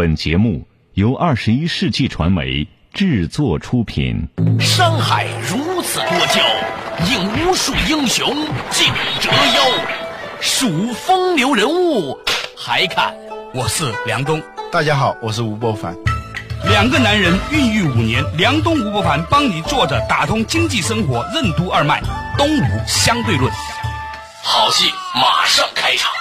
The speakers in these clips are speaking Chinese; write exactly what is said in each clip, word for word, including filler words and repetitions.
本节目由二十一世纪传媒制作出品。 山海如此多娇，引无数英雄竞折腰。数风流人物，还看我是梁冬。 大家好，我是吴伯凡。 两个男人孕育五年，梁冬吴伯凡帮你坐着打通经济生活任督二脉，东吴相对论。 好戏马上开场。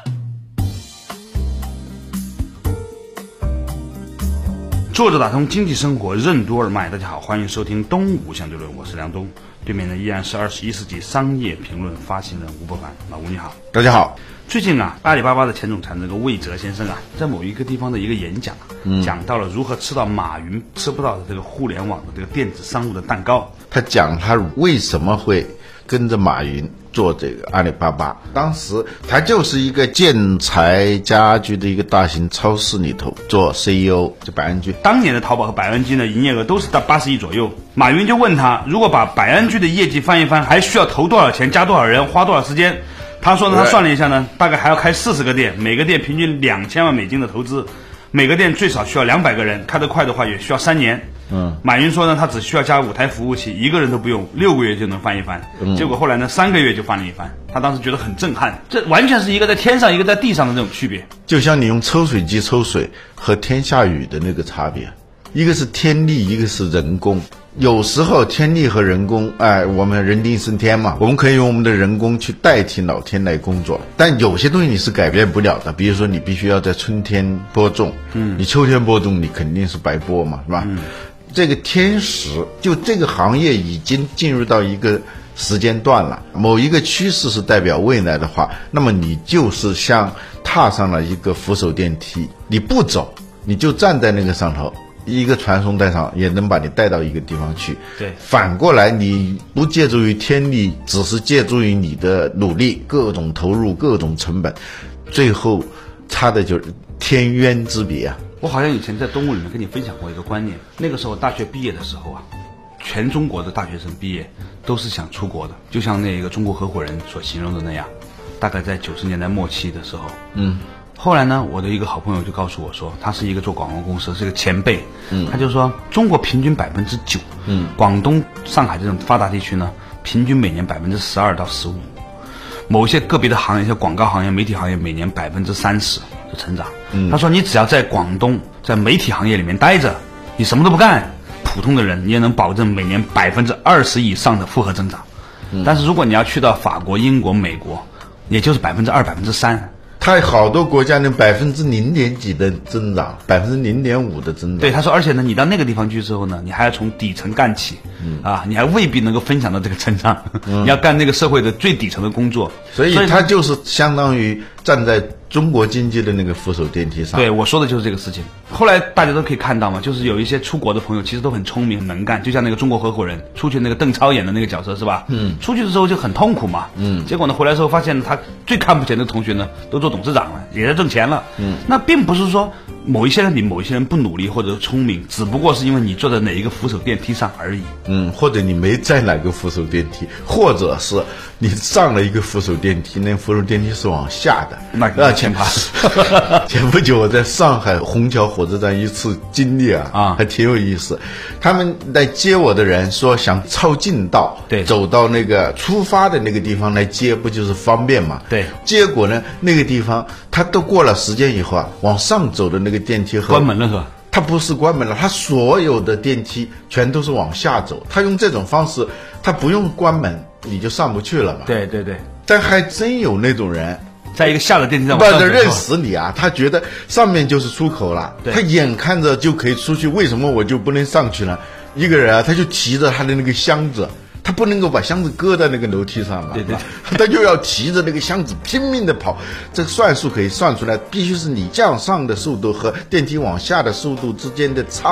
坐着打通经济生活任督二脉，大家好，欢迎收听东吴相对论，我是梁冬。对面的依然是二十一世纪商业评论发行人吴伯凡。老吴你好。 大家好。 最近啊，阿里巴巴的前总裁那个魏哲先生啊，在某一个地方的一个演讲、啊嗯、讲到了如何吃到马云吃不到的这个互联网的这个电子商务的蛋糕。 他讲他为什么会跟着马云做这个阿里巴巴，当时他就是一个建材家居的一个大型超市里头做 C E O， 就百安居。 当年的淘宝和百安居呢，营业额都是到八十亿左右。马云就问他，如果把百安居的业绩翻一翻，还需要投多少钱，加多少人，花多少时间？他说呢，他算了一下呢，大概还要开四十个店，每个店平均两千万美金的投资，每个店最少需要两百个人，开得快的话也需要三年。嗯，马云说呢，他只需要加五台服务器，一个人都不用，六个月就能翻一番。嗯，结果后来呢，三个月就翻了一番。他当时觉得很震撼，这完全是一个在天上，一个在地上的这种区别。 就像你用抽水机抽水和天下雨的那个差别，一个是天力，一个是人工。有时候天力和人工，哎，我们人定胜天嘛，我们可以用我们的人工去代替老天来工作。但有些东西你是改变不了的，比如说你必须要在春天播种，嗯，你秋天播种你肯定是白播嘛，是吧？嗯，这个天时，就这个行业已经进入到一个时间段了，某一个趋势是代表未来的话，那么你就是像踏上了一个扶手电梯，你不走，你就站在那个上头。一个传送带上也能把你带到一个地方去。对，反过来你不借助于天力，只是借助于你的努力，各种投入，各种成本，最后差的就是天渊之别啊！ 我好像以前在东吴里面跟你分享过一个观念，那个时候大学毕业的时候啊，全中国的大学生毕业都是想出国的，就像那个中国合伙人所形容的那样，大概在九十年代末期的时候，嗯。后来呢，我的一个好朋友就告诉我说，他是一个做广告公司，是个前辈，嗯，他就说中国平均百分之九，嗯，广东、上海这种发达地区呢，平均每年百分之十二到十五，某些个别的行业，像广告行业、媒体行业，每年百分之三十的成长。嗯，他说你只要在广东，在媒体行业里面待着，你什么都不干，普通的人你也能保证每年百分之二十以上的复合增长。嗯，但是如果你要去到法国、英国、美国，也就是百分之二、百分之三。 它好多国家呢，百分之零点几的增长，百分之零点五的增长。 对，他说，而且呢，你到那个地方去之后呢，你还要从底层干起，嗯、啊，你还未必能够分享到这个成长，嗯、你要干那个社会的最底层的工作。 所以，它就是相当于站在中国经济的那个扶手电梯上。 对，我说的就是这个事情。后来大家都可以看到嘛，就是有一些出国的朋友，其实都很聪明、很能干，就像那个中国合伙人出去那个邓超演的那个角色是吧？嗯，出去的时候就很痛苦嘛，嗯，结果呢，回来之后发现他最看不起的同学呢，都做董事长了，也在挣钱了，嗯，那并不是说某一些人比某一些人不努力或者聪明，只不过是因为你坐在哪一个扶手电梯上而已， 嗯，或者你没在哪个扶手电梯，或者是你上了一个扶手电梯，那扶手电梯是往下的， 那那前排。 前不久我在上海虹桥火车站一次经历啊，啊，还挺有意思。他们来接我的人说想抄近道，对，走到那个出发的那个地方来接，不就是方便嘛？ 对。 结果呢，那个地方他都过了时间以后啊，往上走的那个电梯和关门了是吧？ 他不是关门了，他所有的电梯全都是往下走。他用这种方式，他不用关门，你就上不去了嘛。 对对对。 但还真有那种人。 在一个下的电梯上， 不是认识你啊！他觉得上面就是出口了，他眼看着就可以出去，为什么我就不能上去呢？一个人啊，他就提着他的那个箱子，他不能够把箱子搁在那个楼梯上嘛，对对，他就要提着那个箱子拼命的跑。这个算术可以算出来，必须是你向上的速度和电梯往下的速度之间的差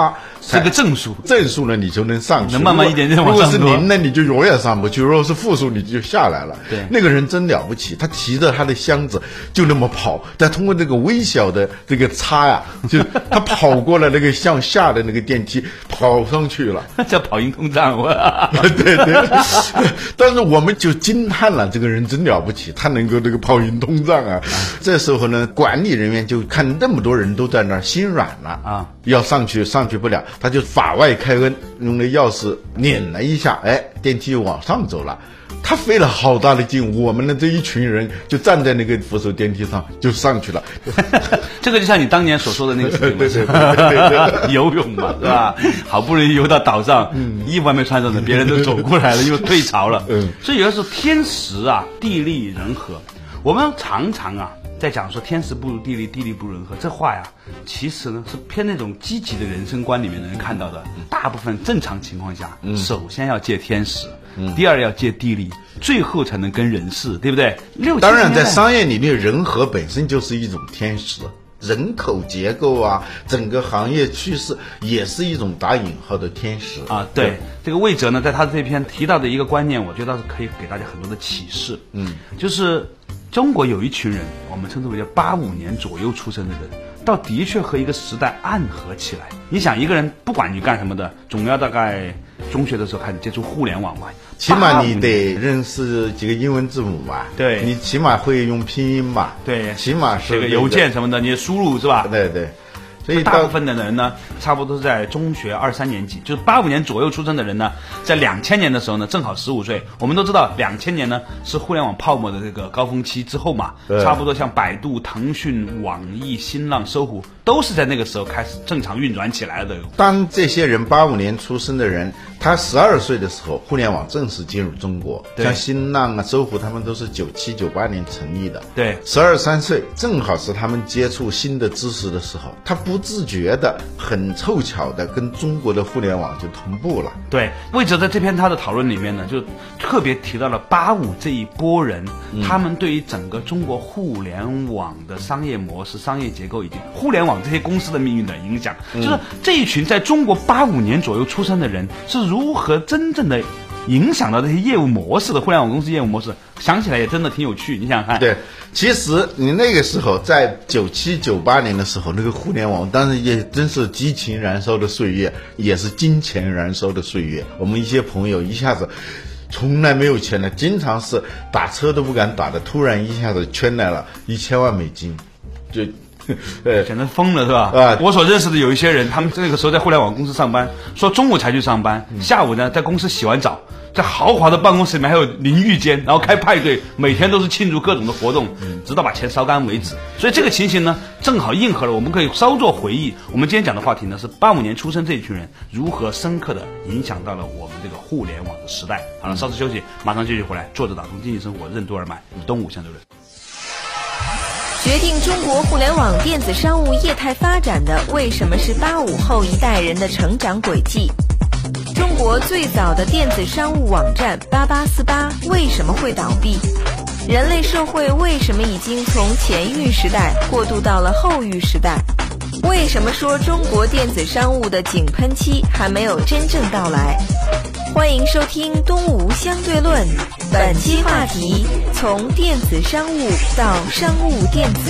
是个正数， 正数呢你就能上去， 能慢慢一点点往上走。 如果是零呢，你就永远上不去；如果是负数，你就下来了。 对， 那个人真了不起，他提着他的箱子就那么跑，但通过这个微小的这个差呀、啊，就他跑过了那个向下的那个电梯，跑上去了， 叫跑赢通胀。 对对，但是我们就惊叹了，这个人真了不起，他能够这个跑赢通胀啊！这时候呢，管理人员就看那么多人都在那儿，心软了啊，要上去上去不了，他就法外开恩，用那钥匙拧了一下，哎，电梯往上走了。他费了好大的劲，我们的这一群人就站在那个扶手电梯上就上去了。 这个就像你当年所说的那个事情嘛， 对对对对游泳嘛，是吧？好不容易游到岛上，嗯、衣服还没穿上呢，别人都走过来了，因为退潮了。嗯，所以有的时候天时啊，地利人和，我们常常啊在讲说天时不如地利，地利不如人和，这话呀，其实呢是偏那种积极的人生观里面的人看到的。大部分正常情况下，嗯、首先要借天时。嗯、第二要借地利，最后才能跟人事，对不对？六当然，在商业里面，人和本身就是一种天时，人口结构啊，整个行业趋势也是一种打引号的天时啊。对，对这个魏哲呢，在他这篇提到的一个观念，我觉得是可以给大家很多的启示。嗯，就是中国有一群人，我们称之为叫八五年左右出生的人。倒的确和一个时代暗合起来。你想，一个人不管你干什么的，总要大概中学的时候开始接触互联网吧， 起码你得认识几个英文字母吧？ 对， 你起码会用拼音吧？ 对， 起码是、 这个邮件什么的，你输入是吧？ 对对。 所以大部分的人呢，差不多是在中学二三年级，就是八五年左右出生的人呢，在两千年的时候呢，正好十五岁。我们都知道，两千年呢是互联网泡沫的这个高峰期之后嘛，差不多像百度、腾讯、网易、新浪、搜狐都是在那个时候开始正常运转起来的。 当这些人八五年出生的人，他十二岁的时候，互联网正式进入中国，像新浪啊、搜狐他们都是九七九八年成立的。 对， 十二三岁正好是他们接触新的知识的时候，他不自觉的、很凑巧的跟中国的互联网就同步了。 对，魏哲在这篇他的讨论里面呢，就特别提到了八五这一波人，嗯、他们对于整个中国互联网的商业模式、商业结构以及互联网这些公司的命运的影响，嗯、就是这一群在中国八五年左右出生的人是如何真正的影响到这些业务模式的互联网公司业务模式，想起来也真的挺有趣。你想想看， 对，其实你那个时候在九七九八年的时候，那个互联网当然也真是激情燃烧的岁月，也是金钱燃烧的岁月。我们一些朋友一下子从来没有钱的，经常是打车都不敢打的，突然一下子圈来了一千万美金，就。 对，简直疯了是吧？啊！我所认识的有一些人，他们这个时候在互联网公司上班，说中午才去上班，嗯、下午呢在公司洗完澡，在豪华的办公室里面还有淋浴间，然后开派对，每天都是庆祝各种的活动，嗯、直到把钱烧干为止。所以这个情形呢，正好应和了我们可以稍作回忆。我们今天讲的话题呢是八五年出生这一群人如何深刻的影响到了我们这个互联网的时代。好了，稍事休息，马上继续回来。坐着打通经济生活，任督二脉，东吴相对论。 决定中国互联网电子商务业态发展的，为什么是八五后一代人的成长轨迹？中国最早的电子商务网站八八四八为什么会倒闭？人类社会为什么已经从前域时代过渡到了后域时代？为什么说中国电子商务的井喷期还没有真正到来？欢迎收听《东吴相对论》，本期话题：从电子商务到商务电子。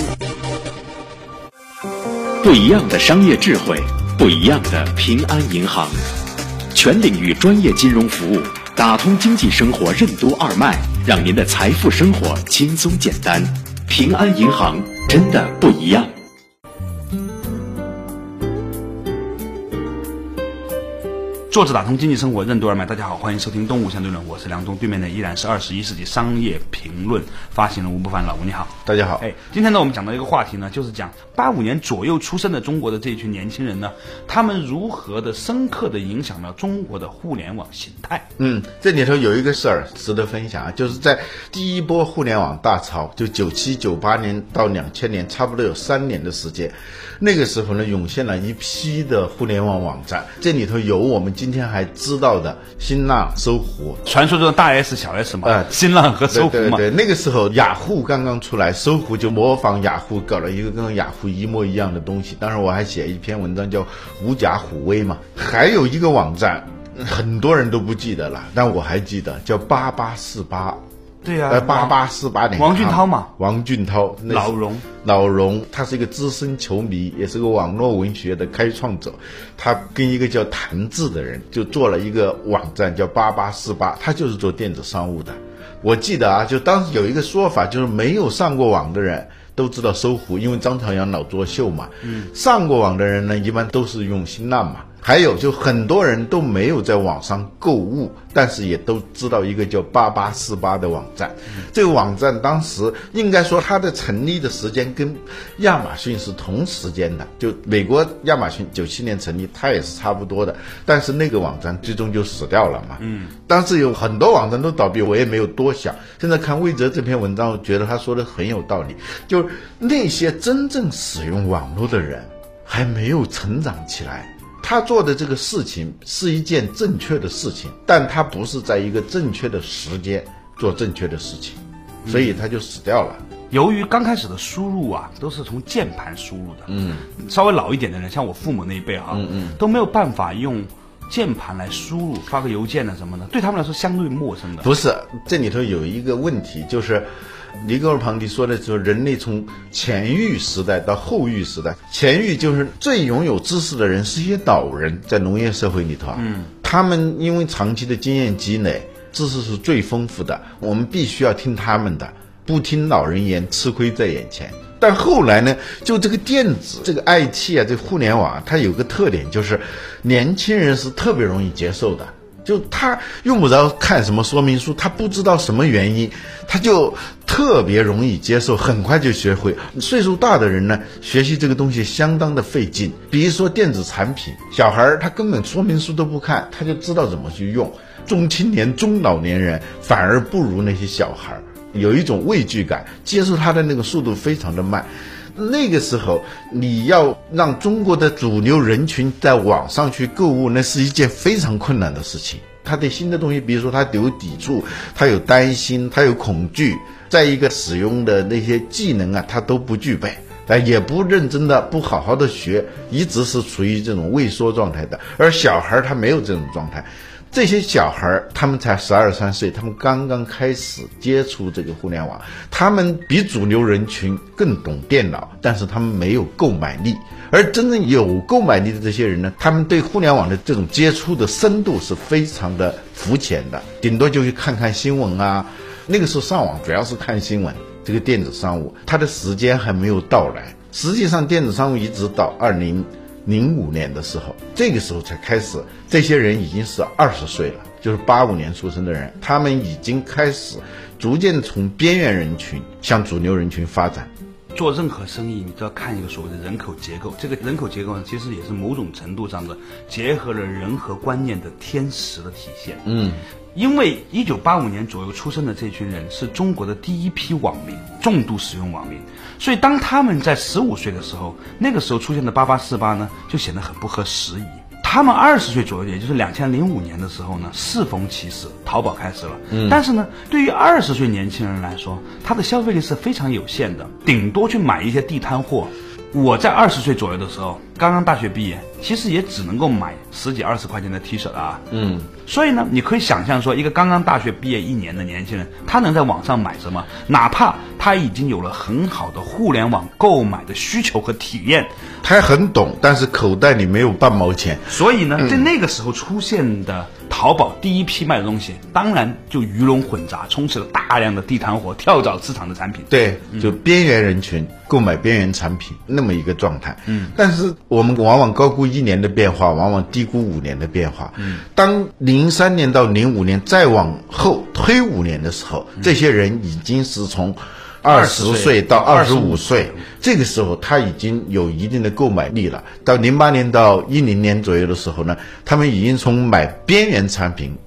不一样的商业智慧，不一样的平安银行，全领域专业金融服务，打通经济生活任督二脉，让您的财富生活轻松简单。平安银行真的不一样。 坐着打通经济生活任督二脉，大家好，欢迎收听东吴相对论，我是梁东，对面的依然是二十一世纪商业评论发行人吴不凡，老吴你好。 大家好。 哎，今天呢我们讲到一个话题呢，就是讲八五年左右出生的中国的这一群年轻人呢，他们如何的深刻的影响了中国的互联网形态。 嗯，这里头有一个事儿值得分享啊，就是在第一波互联网大潮，就九七九八年到两千年，差不多有三年的时间，那个时候呢涌现了一批的互联网网站，这里头有我们今今天还知道的新浪、搜狐， 传说中的大 S 小 S 嘛， 呃新浪和搜狐嘛。 对对对，那个时候雅虎刚刚出来，搜狐就模仿雅虎搞了一个跟雅虎一模一样的东西。当时我还写一篇文章叫狐假虎威嘛。还有一个网站很多人都不记得了，但我还记得叫八八四八。 对呀、啊， 呃，八八四八点， 王俊涛嘛， 王俊涛， 老荣， 老荣，他是一个资深球迷，也是个网络文学的开创者。他跟一个叫谭志的人就做了一个网站，叫八八四八，他就是做电子商务的。我记得啊，就当时有一个说法，就是没有上过网的人都知道搜狐，因为张朝阳老作秀嘛。嗯，上过网的人呢，一般都是用新浪嘛。还有就很多人都没有在网上购物，但是也都知道一个叫八八四八的网站。这个网站当时应该说它的成立的时间跟亚马逊是同时间的，就美国亚马逊九七年成立，它也是差不多的，但是那个网站最终就死掉了嘛。嗯，当时有很多网站都倒闭，我也没有多想。现在看魏哲这篇文章，我觉得他说的很有道理，就是那些真正使用网络的人还没有成长起来。他做的这个事情是一件正确的事情，但他不是在一个正确的时间做正确的事情，所以他就死掉了。 由于刚开始的输入啊，都是从键盘输入的，嗯，稍微老一点的人，像我父母那一辈哈、啊，嗯嗯，都没有办法用键盘来输入，发个邮件啊什么的，对他们来说相对陌生的。 不是，这里头有一个问题，就是尼格尔庞蒂说的就是人类从前域时代到后域时代，前域就是最拥有知识的人是一些老人，在农业社会里头啊，嗯，他们因为长期的经验积累，知识是最丰富的，我们必须要听他们的，不听老人言，吃亏在眼前。但后来呢，就这个电子这个 I T 啊，这个互联网，它有个特点，就是年轻人是特别容易接受的。就他用不着看什么说明书，他不知道什么原因，他就特别容易接受，很快就学会。岁数大的人呢，学习这个东西相当的费劲。比如说电子产品，小孩他根本说明书都不看，他就知道怎么去用。中青年、中老年人反而不如那些小孩，有一种畏惧感，接受他的那个速度非常的慢。那个时候你要让中国的主流人群在网上去购物，那是一件非常困难的事情。他对新的东西，比如说他有抵触，他有担心，他有恐惧，在一个使用的那些技能啊，他都不具备，也不认真的，不好好的学，一直是处于这种畏缩状态的。而小孩他没有这种状态，这些小孩他们才十二三岁，他们刚刚开始接触这个互联网，他们比主流人群更懂电脑，但是他们没有购买力。而真正有购买力的这些人呢，他们对互联网的这种接触的深度是非常的肤浅的，顶多就去看看新闻啊。那个时候上网主要是看新闻，这个电子商务它的时间还没有到来。实际上电子商务一直到二零零五年的时候，这个时候才开始，这些人已经是二十岁了，就是八五年出生的人，他们已经开始逐渐从边缘人群向主流人群发展。 做任何生意，你都要看一个所谓的人口结构。这个人口结构呢，其实也是某种程度上的结合了人和观念的天时的体现。嗯，因为一九八五年左右出生的这群人是中国的第一批网民，重度使用网民，所以当他们在十五岁的时候，那个时候出现的八八四八呢，就显得很不合时宜。他们二十岁左右，也就是两千零五年的时候呢，适逢其时，淘宝开始了。嗯，但是呢，对于二十岁年轻人来说，他的消费力是非常有限的，顶多去买一些地摊货。我在二十岁左右的时候，刚刚大学毕业，其实也只能够买十几二十块钱的 T 恤啊。嗯，所以呢，你可以想象说，一个刚刚大学毕业一年的年轻人，他能在网上买什么？哪怕他已经有了很好的互联网购买的需求和体验， 他很懂，但是口袋里没有半毛钱。 所以呢，在那个时候出现的淘宝第一批卖的东西，当然就鱼龙混杂，充斥了大量的地摊货、跳蚤市场的产品。 对，就边缘人群购买边缘产品那么一个状态。嗯，但是我们往往高估一年的变化，往往低估五年的变化。嗯，当零三年到零五年再往后推五年的时候，这些人已经是从二十岁到二十五岁，这个时候他已经有一定的购买力了。到零八年到一零年左右的时候呢，他们已经从买边缘产品到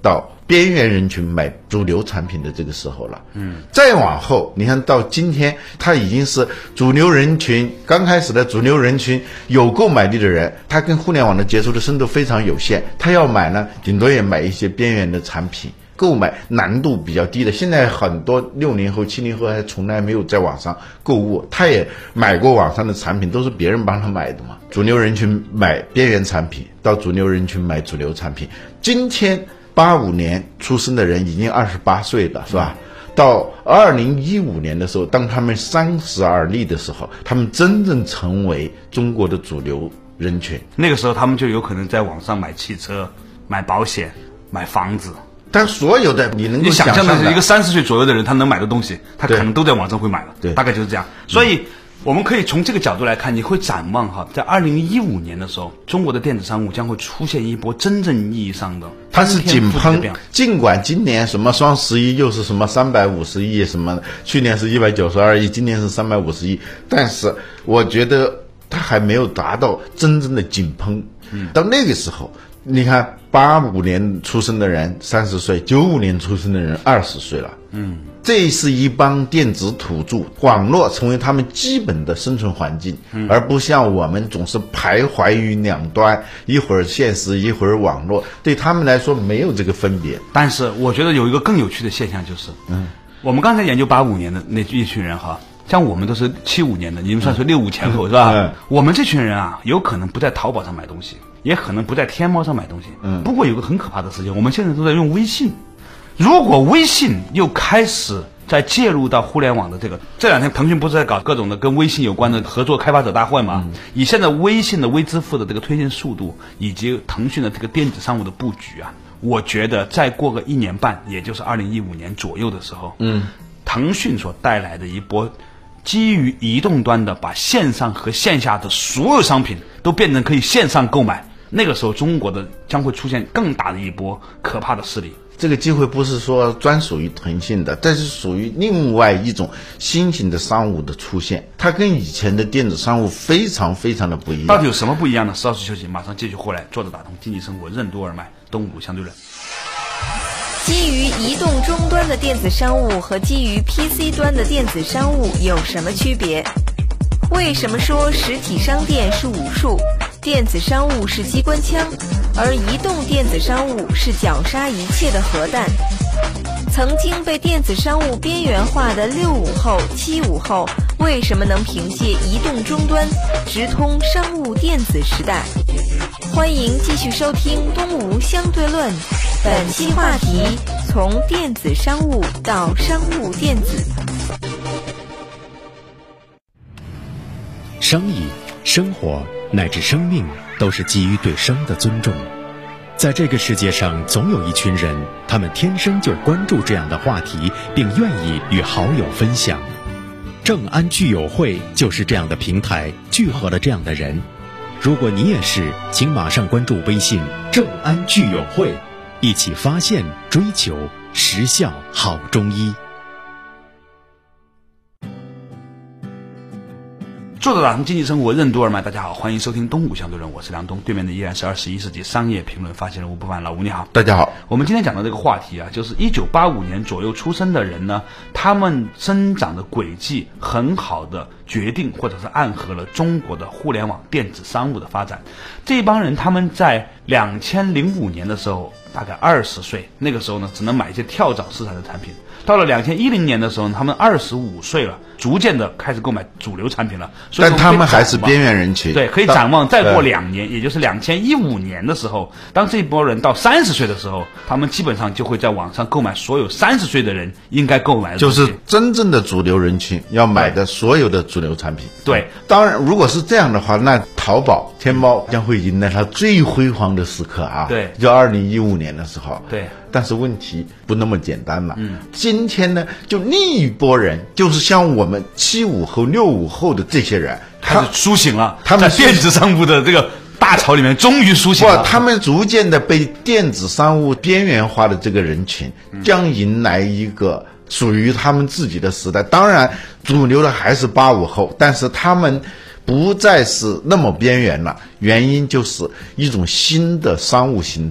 边缘人群买主流产品的这个时候了。嗯，再往后，你看到今天，它已经是主流人群刚开始的主流人群有购买力的人，他跟互联网的接触的深度非常有限，他要买呢，顶多也买一些边缘的产品。购买难度比较低的，现在很多六零后、七零后还从来没有在网上购物，他也买过网上的产品，都是别人帮他买的嘛。主流人群买边缘产品，到主流人群买主流产品。今天八五年出生的人已经二十八岁了，是吧？到二零一五年的时候，当他们三十而立的时候，他们真正成为中国的主流人群。 那个时候，他们就有可能在网上买汽车、买保险、买房子。 但所有的你能够你想象的的一个三十岁左右的人，他能买的东西，他可能都在网上会买了， 对， 大概就是这样。所以我们可以从这个角度来看，你会展望哈，在二零一五年的时候，中国的电子商务将会出现一波真正意义上的， 它是井喷。尽管今年什么双十一又是什么三百五十亿什么，去年是一百九十二亿，今年是三百五十亿，但是我觉得它还没有达到真正的井喷。嗯，到那个时候。你看，八五年出生的人三十岁，九五年出生的人二十岁了。嗯，这是一帮电子土著，网络成为他们基本的生存环境，嗯、而不像我们总是徘徊于两端，一会儿现实，一会儿网络，对他们来说没有这个分别。 但是我觉得有一个更有趣的现象就是，嗯，我们刚才研究八五年的那一群人哈。像我们都是七五年的，你们算是六五前后、嗯、是吧、嗯？我们这群人啊，有可能不在淘宝上买东西，也可能不在天猫上买东西。嗯。不过有个很可怕的事情，我们现在都在用微信。如果微信又开始在介入到互联网的这个，这两天腾讯不是在搞各种的跟微信有关的合作开发者大会吗？嗯、以现在微信的微支付的这个推进速度，以及腾讯的这个电子商务的布局啊，我觉得再过个一年半，也就是二零一五年左右的时候，嗯，腾讯所带来的一波。基于移动端的，把线上和线下的所有商品都变成可以线上购买，那个时候中国的将会出现更大的一波可怕的势力。 这个机会不是说专属于腾讯的，但是属于另外一种新型的商务的出现，它跟以前的电子商务非常非常的不一样。 到底有什么不一样呢？稍事休息，马上继续回来。坐着打通经济生活，任督二脉，东吴相对论。 基于移动终端的电子商务和基于 P C 端的电子商务有什么区别？为什么说实体商店是武术，电子商务是机关枪，而移动电子商务是绞杀一切的核弹？曾经被电子商务边缘化的六五后、七五后，为什么能凭借移动终端直通商务电子时代？欢迎继续收听《东吴相对论》，本期话题：从电子商务到商务电子。 商业、生活乃至生命，都是基于对生的尊重。在这个世界上，总有一群人，他们天生就关注这样的话题，并愿意与好友分享。正安聚友会就是这样的平台，聚合了这样的人。如果你也是，请马上关注微信正安聚友会，一起发现、追求实效好中医。 作者打通经济生活，任督二脉。大家好，欢迎收听东吴相对论，我是梁东，对面的依然是二十一世纪商业评论发现人吴不凡。老吴你好。 大家好。 我们今天讲的这个话题啊，就是一九八五年左右出生的人呢，他们生长的轨迹很好的决定或者是暗合了中国的互联网电子商务的发展。这帮人他们在两千零五年的时候大概二十岁，那个时候呢只能买一些跳蚤市场的产品。到了两千一零年的时候，他们二十五岁了，逐渐的开始购买主流产品了。所以但他们还是边缘人群。 对，可以展望再过两年，也就是两千一五年的时候，当这一波人到三十岁的时候，他们基本上就会在网上购买所有三十岁的人应该购买的东西， 就是真正的主流人群要买的所有的主流产品。 对， 当然如果是这样的话，那淘宝、天猫将会迎来它最辉煌的时刻啊！ 对， 就二零一五年的时候。 对。 但是问题不那么简单了。嗯，今天呢，就另一波人，就是像我们七五后、六五后的这些人， 开始苏醒了。他们在电子商务的这个大潮里面，终于苏醒了。 他们逐渐的被电子商务边缘化的这个人群，将迎来一个属于他们自己的时代。当然，主流的还是八五后，但是他们不再是那么边缘了。原因就是一种新的商务形态。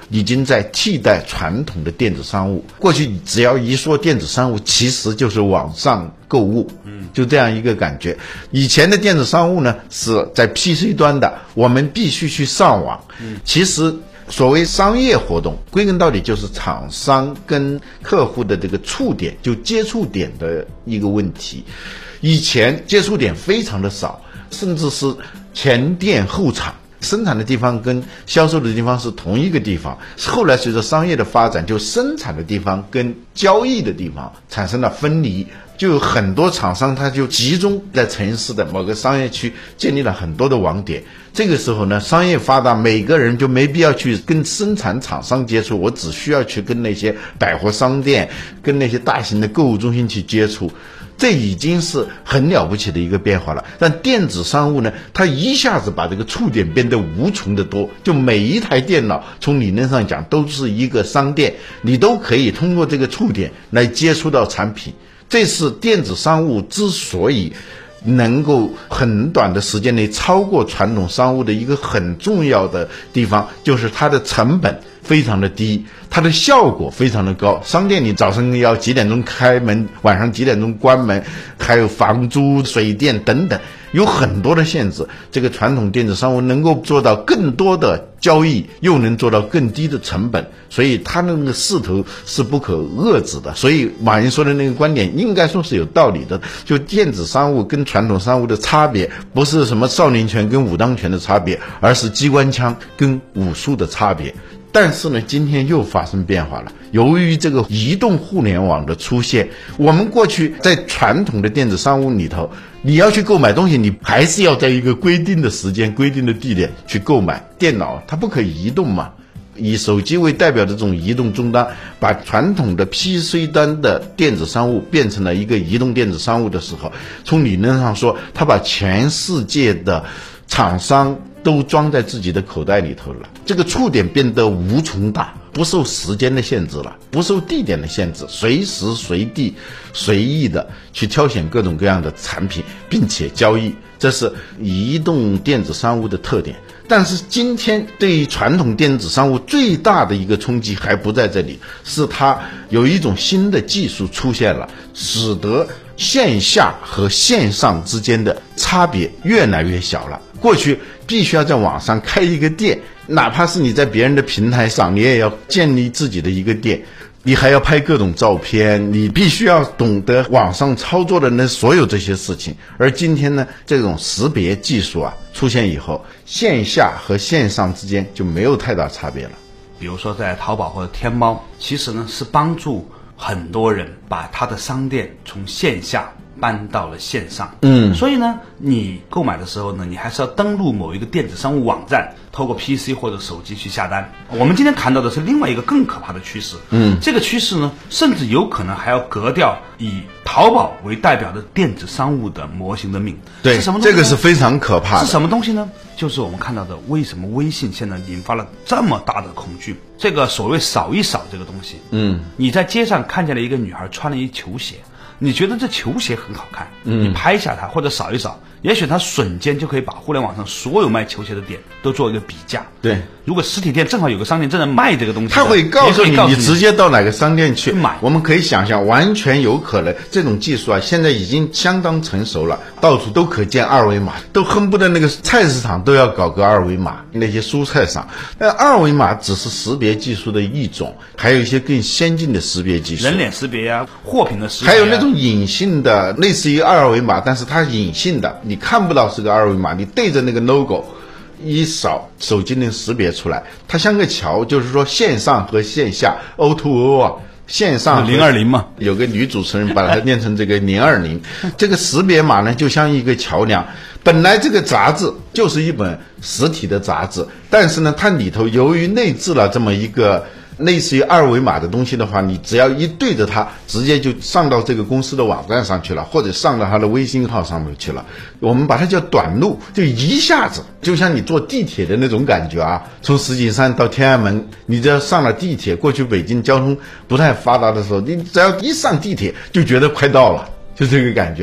已经在替代传统的电子商务。过去只要一说电子商务，其实就是网上购物，嗯，就这样一个感觉。以前的电子商务呢是在 P C 端的，我们必须去上网。嗯，其实所谓商业活动，归根到底就是厂商跟客户的这个触点，就接触点的一个问题。以前接触点非常的少，甚至是前店后厂，生产的地方跟销售的地方是同一个地方。后来随着商业的发展，就生产的地方跟交易的地方产生了分离，就有很多厂商他就集中在城市的某个商业区建立了很多的网点。这个时候呢，商业发达，每个人就没必要去跟生产厂商接触，我只需要去跟那些百货商店、跟那些大型的购物中心去接触。这已经是很了不起的一个变化了。但电子商务呢，它一下子把这个触点变得无穷的多，就每一台电脑从理论上讲都是一个商店，你都可以通过这个触点来接触到产品。这是电子商务之所以能够很短的时间内超过传统商务的一个很重要的地方，就是它的成本非常的低，它的效果非常的高。商店你早上要几点钟开门，晚上几点钟关门，还有房租、水电等等，有很多的限制。这个传统电子商务能够做到更多的交易，又能做到更低的成本，所以它那个势头是不可遏制的。所以马云说的那个观点应该说是有道理的，就电子商务跟传统商务的差别，不是什么少林拳跟武当拳的差别，而是机关枪跟武术的差别。但是呢，今天又发生变化了。由于这个移动互联网的出现，我们过去在传统的电子商务里头，你要去购买东西，你还是要在一个规定的时间、规定的地点去购买。电脑它不可以移动嘛，以手机为代表的这种移动终端，把传统的 P C 端的电子商务变成了一个移动电子商务的时候，从理论上说，它把全世界的厂商都装在自己的口袋里头了。这个触点变得无穷大，不受时间的限制了，不受地点的限制，随时随地随意的去挑选各种各样的产品并且交易，这是移动电子商务的特点。但是今天对于传统电子商务最大的一个冲击还不在这里，是它有一种新的技术出现了，使得线下和线上之间的差别越来越小了。过去必须要在网上开一个店，哪怕是你在别人的平台上，你也要建立自己的一个店，你还要拍各种照片，你必须要懂得网上操作的那所有这些事情。而今天呢，这种识别技术啊出现以后，线下和线上之间就没有太大差别了。 比如说在淘宝或者天猫，其实呢是帮助很多人把他的商店从线下搬到了线上。嗯，所以呢，你购买的时候呢，你还是要登录某一个电子商务网站，透过 P C 或者手机去下单。我们今天谈到的是另外一个更可怕的趋势。嗯，这个趋势呢，甚至有可能还要革掉以淘宝为代表的电子商务的模型的命。 对， 是什么东西呢？ 这个是非常可怕的。 是什么东西呢？就是我们看到的，为什么微信现在引发了这么大的恐惧？这个所谓扫一扫这个东西，嗯，你在街上看见了一个女孩穿了一球鞋，你觉得这球鞋很好看，嗯，你拍下它或者扫一扫，也许它瞬间就可以把互联网上所有卖球鞋的店都做一个比价。 对， 如果实体店正好有个商店正在卖这个东西， 他会告诉你，你直接到哪个商店去买。 我们可以想象，完全有可能这种技术啊，现在已经相当成熟了，到处都可见二维码，都恨不得那个菜市场都要搞个二维码，那些蔬菜上。那二维码只是识别技术的一种，还有一些更先进的识别技术， 人脸识别啊，货品的识别、啊， 还有那种隐性的，类似于二维码，但是它隐性的，你看不到是个二维码，你对着那个 logo。一扫，手机能识别出来，它像个桥，就是说线上和线下 O to O 啊，线上零二零嘛， 有个女主持人把它念成这个零二零，这个识别码呢就像一个桥梁。本来这个杂志就是一本实体的杂志，但是呢，它里头由于内置了这么一个类似于二维码的东西的话，你只要一对着它，直接就上到这个公司的网站上去了，或者上到它的微信号上面去了。我们把它叫短路，就一下子就像你坐地铁的那种感觉啊，从石景山到天安门，你只要上了地铁，过去北京交通不太发达的时候，你只要一上地铁就觉得快到了，就这个感觉啊。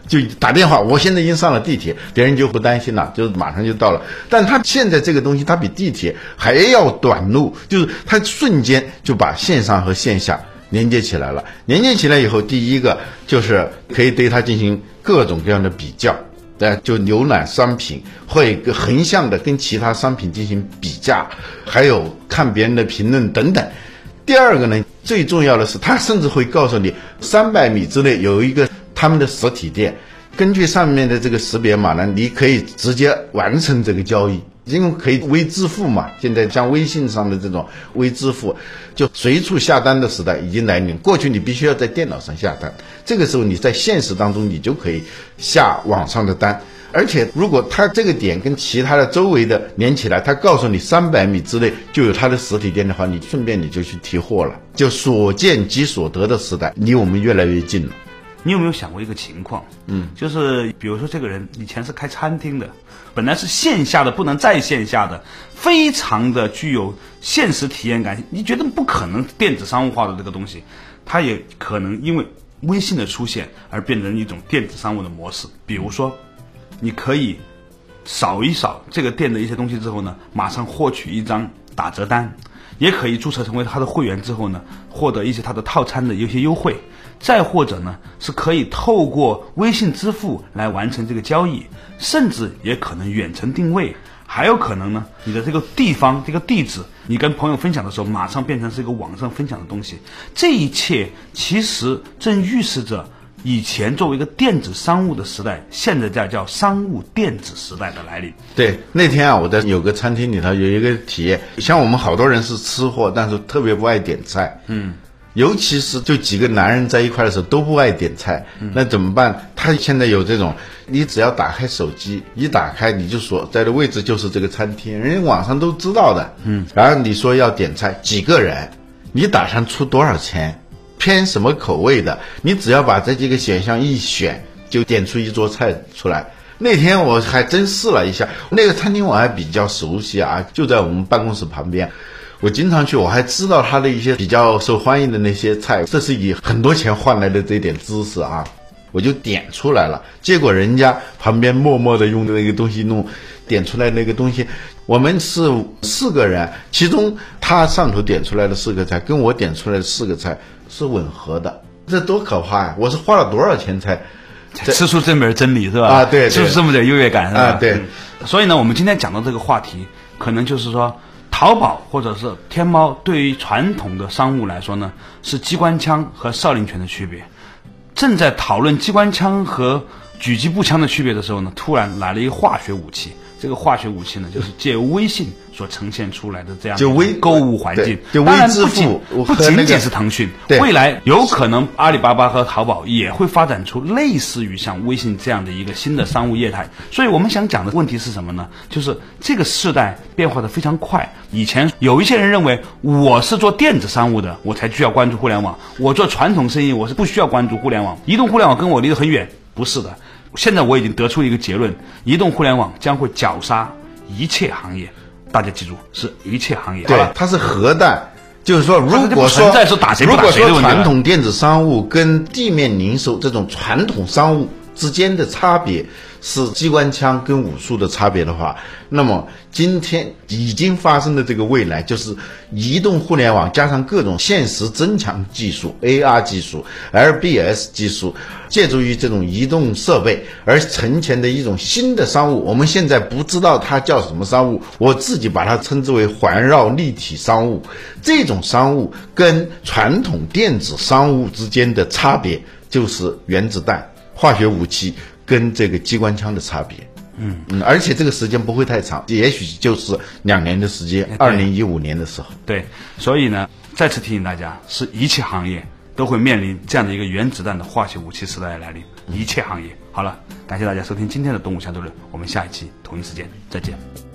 就打电话，我现在已经上了地铁，别人就不担心了，就马上就到了。但他现在这个东西，它比地铁还要短路，就是它瞬间就把线上和线下连接起来了。连接起来以后，第一个就是可以对它进行各种各样的比较，对，就浏览商品会横向的跟其他商品进行比价，还有看别人的评论等等。第二个呢，最重要的是，它甚至会告诉你三百米之内有一个他们的实体店，根据上面的这个识别码呢，你可以直接完成这个交易，因为可以微支付嘛。现在像微信上的这种微支付，就随处下单的时代已经来临。过去你必须要在电脑上下单，这个时候你在现实当中你就可以下网上的单。而且如果它这个点跟其他的周围的连起来，它告诉你三百米之内就有它的实体店的话，你顺便你就去提货了。就所见即所得的时代离我们越来越近了。 你有没有想过一个情况？嗯，就是比如说这个人以前是开餐厅的，本来是线下的不能再线下的，非常的具有现实体验感，你觉得不可能电子商务化的这个东西，它也可能因为微信的出现而变成一种电子商务的模式。比如说你可以扫一扫这个店的一些东西之后呢，马上获取一张打折单，也可以注册成为他的会员之后呢，获得一些他的套餐的一些优惠。再或者呢，是可以透过微信支付来完成这个交易，甚至也可能远程定位。还有可能呢，你的这个地方这个地址，你跟朋友分享的时候，马上变成是一个网上分享的东西。这一切其实正预示着以前作为一个电子商务的时代，现在在叫商务电子时代的来临。 对，那天啊，我在有个餐厅里头有一个体验，像我们好多人是吃货，但是特别不爱点菜。嗯。尤其是就几个男人在一块的时候都不爱点菜，那怎么办？他现在有这种，你只要打开手机，一打开你就所在的位置就是这个餐厅，人家网上都知道的。嗯，然后你说要点菜，几个人，你打算出多少钱，偏什么口味的，你只要把这几个选项一选，就点出一桌菜出来。那天我还真试了一下，那个餐厅我还比较熟悉啊，就在我们办公室旁边。我经常去，我还知道他的一些比较受欢迎的那些菜，这是以很多钱换来的这点知识啊，我就点出来了。结果人家旁边默默的用那个东西弄，点出来那个东西，我们是四个人，其中他上头点出来的四个菜跟我点出来的四个菜是吻合的，这多可怕呀！我是花了多少钱才吃出这门真理是吧？ 啊，对， 吃出这么点优越感是吧？ 啊，对、 嗯。所以呢，我们今天讲到这个话题，可能就是说，淘宝或者是天猫对于传统的商务来说呢，是机关枪和少林拳的区别。正在讨论机关枪和狙击步枪的区别的时候呢，突然来了一个化学武器。这个化学武器呢，就是借由微信所呈现出来的这样的购物环境。 就微支付， 不仅仅是腾讯，未来有可能阿里巴巴和淘宝也会发展出类似于像微信这样的一个新的商务业态。所以我们想讲的问题是什么呢？就是这个时代变化的非常快。以前有一些人认为我是做电子商务的，我才需要关注互联网；我做传统生意，我是不需要关注互联网。移动互联网跟我离得很远，不是的。现在我已经得出一个结论，移动互联网将会绞杀一切行业。大家记住，是一切行业。 对，它是核弹。就是说，如果说如果说传统电子商务跟地面零售这种传统商务之间的差别是机关枪跟武术的差别的话，那么今天已经发生的这个未来，就是移动互联网加上各种现实增强技术 A R 技术 L B S 技术，借助于这种移动设备而呈现的一种新的商务。我们现在不知道它叫什么商务，我自己把它称之为环绕立体商务。这种商务跟传统电子商务之间的差别就是原子弹、化学武器跟这个机关枪的差别。嗯嗯，而且这个时间不会太长，也许就是两年的时间，二零一五年的时候。 对，所以呢，再次提醒大家，是一切行业都会面临这样的一个原子弹的化学武器时代的来临。一切行业。好了，感谢大家收听今天的动物相对论，我们下一期同一时间再见。